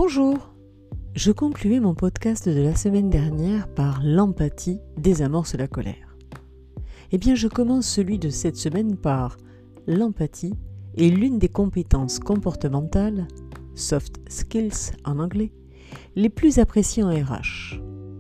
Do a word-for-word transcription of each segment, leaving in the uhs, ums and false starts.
Bonjour. Je concluais mon podcast de la semaine dernière par l'empathie désamorce la colère. Eh bien, je commence celui de cette semaine par l'empathie est l'une des compétences comportementales, soft skills en anglais, les plus appréciées en R H.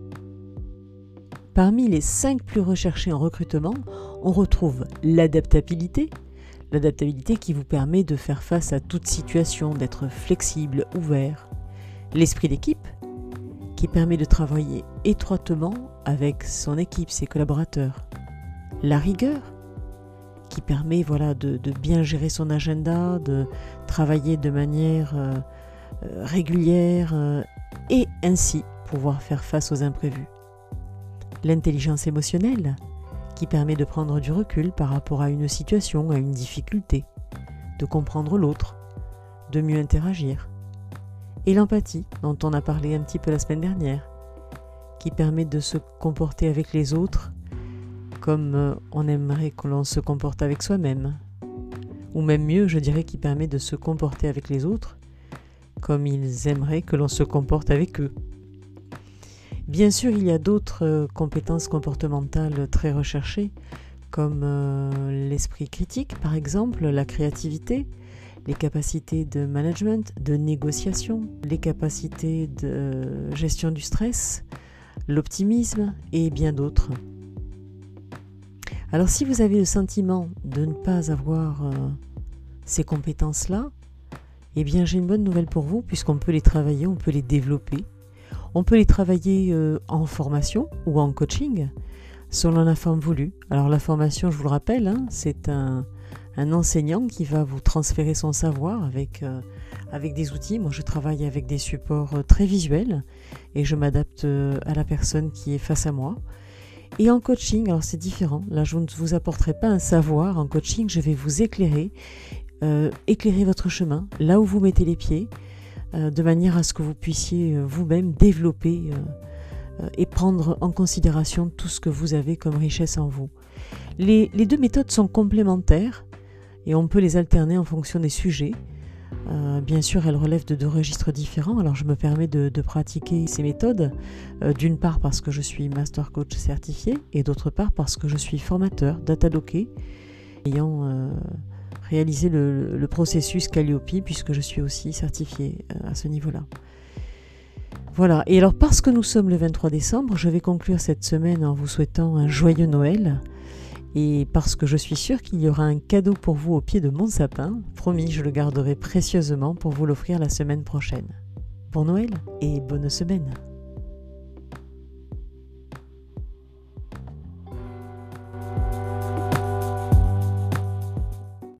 Parmi les cinq plus recherchés en recrutement, on retrouve l'adaptabilité, l'adaptabilité qui vous permet de faire face à toute situation, d'être flexible, ouvert. L'esprit d'équipe, qui permet de travailler étroitement avec son équipe, ses collaborateurs. La rigueur, qui permet voilà, de, de bien gérer son agenda, de travailler de manière euh, régulière euh, et ainsi pouvoir faire face aux imprévus. L'intelligence émotionnelle, qui permet de prendre du recul par rapport à une situation, à une difficulté, de comprendre l'autre, de mieux interagir. Et l'empathie, dont on a parlé un petit peu la semaine dernière, qui permet de se comporter avec les autres comme on aimerait que l'on se comporte avec soi-même. Ou même mieux, je dirais, qui permet de se comporter avec les autres comme ils aimeraient que l'on se comporte avec eux. Bien sûr, il y a d'autres compétences comportementales très recherchées, comme l'esprit critique, par exemple, la créativité, les capacités de management, de négociation, les capacités de gestion du stress, l'optimisme et bien d'autres. Alors si vous avez le sentiment de ne pas avoir euh, ces compétences-là, eh bien j'ai une bonne nouvelle pour vous puisqu'on peut les travailler, on peut les développer. On peut les travailler euh, en formation ou en coaching, selon la forme voulue. Alors la formation, je vous le rappelle, hein, c'est un... un enseignant qui va vous transférer son savoir avec, euh, avec des outils. Moi, je travaille avec des supports euh, très visuels et je m'adapte euh, à la personne qui est face à moi. Et en coaching, alors c'est différent. Là, je ne vous apporterai pas un savoir. En coaching, je vais vous éclairer, euh, éclairer votre chemin, là où vous mettez les pieds, euh, de manière à ce que vous puissiez euh, vous-même développer euh, euh, et prendre en considération tout ce que vous avez comme richesse en vous. Les, les deux méthodes sont complémentaires. Et on peut les alterner en fonction des sujets. Euh, bien sûr, elles relèvent de deux registres différents. Alors, je me permets de, de pratiquer ces méthodes, euh, d'une part parce que je suis Master Coach certifié, et d'autre part parce que je suis formateur, Datadocké, ayant euh, réalisé le, le processus Calliope, puisque je suis aussi certifié euh, à ce niveau-là. Voilà. Et alors, parce que nous sommes le vingt-trois décembre, je vais conclure cette semaine en vous souhaitant un joyeux Noël. Et parce que je suis sûre qu'il y aura un cadeau pour vous au pied de mon sapin, promis, je le garderai précieusement pour vous l'offrir la semaine prochaine. Bon Noël et bonne semaine!